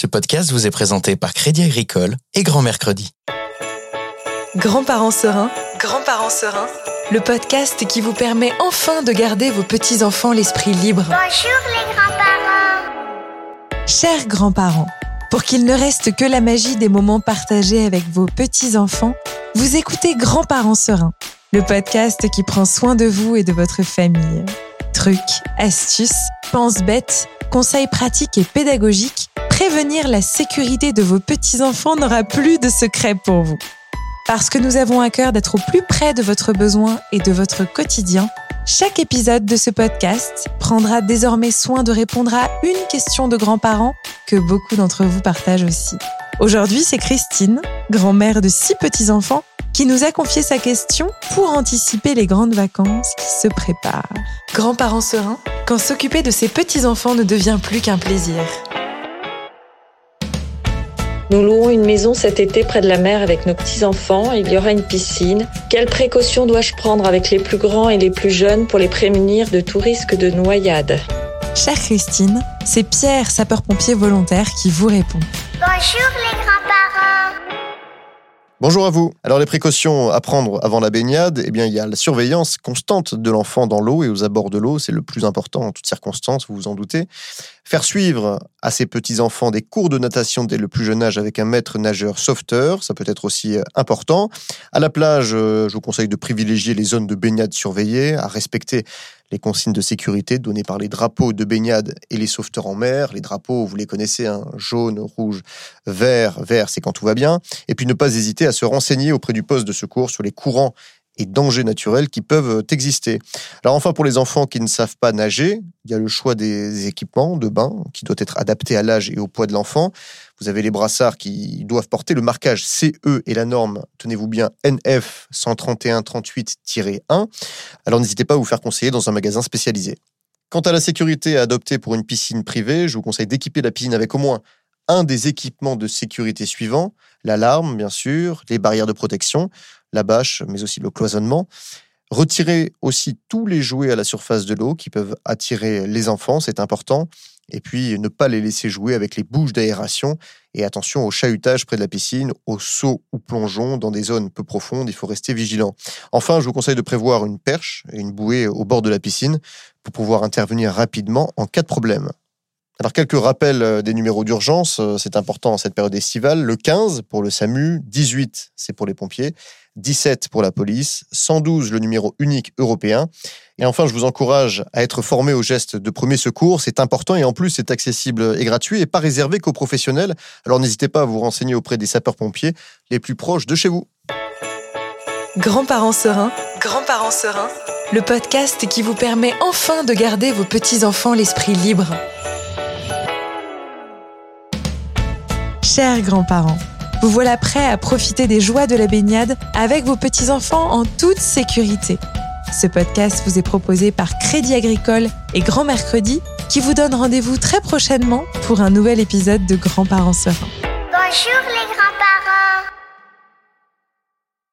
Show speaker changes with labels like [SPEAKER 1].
[SPEAKER 1] Ce podcast vous est présenté par Crédit Agricole et Grand Mercredi.
[SPEAKER 2] Grands-parents sereins, le podcast qui vous permet enfin de garder vos petits-enfants l'esprit libre.
[SPEAKER 3] Bonjour les grands-parents.
[SPEAKER 2] Chers grands-parents, pour qu'il ne reste que la magie des moments partagés avec vos petits-enfants, vous écoutez Grands-parents sereins, le podcast qui prend soin de vous et de votre famille. Trucs, astuces, pense-bêtes, conseils pratiques et pédagogiques, prévenir la sécurité de vos petits-enfants n'aura plus de secret pour vous. Parce que nous avons à cœur d'être au plus près de votre besoin et de votre quotidien, chaque épisode de ce podcast prendra désormais soin de répondre à une question de grands-parents que beaucoup d'entre vous partagent aussi. Aujourd'hui, c'est Christine, grand-mère de 6 petits-enfants, qui nous a confié sa question pour anticiper les grandes vacances qui se préparent. Grands-parents sereins, quand s'occuper de ses petits-enfants ne devient plus qu'un plaisir.
[SPEAKER 4] Nous louons une maison cet été près de la mer avec nos petits-enfants. Il y aura une piscine. Quelles précautions dois-je prendre avec les plus grands et les plus jeunes pour les prémunir de tout risque de noyade ?
[SPEAKER 2] Chère Christine, c'est Pierre, sapeur-pompier volontaire, qui vous répond.
[SPEAKER 3] Bonjour les grands-parents.
[SPEAKER 5] Bonjour à vous. Alors les précautions à prendre avant la baignade, il y a la surveillance constante de l'enfant dans l'eau et aux abords de l'eau, c'est le plus important en toutes circonstances, vous vous en doutez. Faire suivre à ces petits-enfants des cours de natation dès le plus jeune âge avec un maître nageur sauveteur, ça peut être aussi important. À la plage, je vous conseille de privilégier les zones de baignade surveillées, à respecter les consignes de sécurité données par les drapeaux de baignade et les sauveteurs en mer. Les drapeaux, vous les connaissez, jaune, rouge, vert. Vert, c'est quand tout va bien. Et puis ne pas hésiter à se renseigner auprès du poste de secours sur les courants et dangers naturels qui peuvent exister. Alors enfin, pour les enfants qui ne savent pas nager, il y a le choix des équipements de bain qui doit être adapté à l'âge et au poids de l'enfant. Vous avez les brassards qui doivent porter le marquage CE et la norme, tenez-vous bien, NF 131-38-1. Alors n'hésitez pas à vous faire conseiller dans un magasin spécialisé. Quant à la sécurité à adopter pour une piscine privée, je vous conseille d'équiper la piscine avec au moins un des équipements de sécurité suivants, l'alarme bien sûr, les barrières de protection, la bâche, mais aussi le cloisonnement. Retirez aussi tous les jouets à la surface de l'eau qui peuvent attirer les enfants, c'est important. Et puis, ne pas les laisser jouer avec les bouches d'aération. Et attention au chahutage près de la piscine, au saut ou plongeon dans des zones peu profondes, il faut rester vigilant. Enfin, je vous conseille de prévoir une perche et une bouée au bord de la piscine pour pouvoir intervenir rapidement en cas de problème. Alors, quelques rappels des numéros d'urgence, c'est important en cette période estivale. Le 15 pour le SAMU, 18 c'est pour les pompiers, 17 pour la police, 112 le numéro unique européen. Et enfin, je vous encourage à être formé aux gestes de premier secours. C'est important et en plus, c'est accessible et gratuit et pas réservé qu'aux professionnels. Alors n'hésitez pas à vous renseigner auprès des sapeurs-pompiers les plus proches de chez vous.
[SPEAKER 2] Grands-parents sereins, le podcast qui vous permet enfin de garder vos petits-enfants l'esprit libre. Chers grands-parents, vous voilà prêts à profiter des joies de la baignade avec vos petits-enfants en toute sécurité. Ce podcast vous est proposé par Crédit Agricole et Grand Mercredi qui vous donnent rendez-vous très prochainement pour un nouvel épisode de Grands-parents sereins.
[SPEAKER 3] Bonjour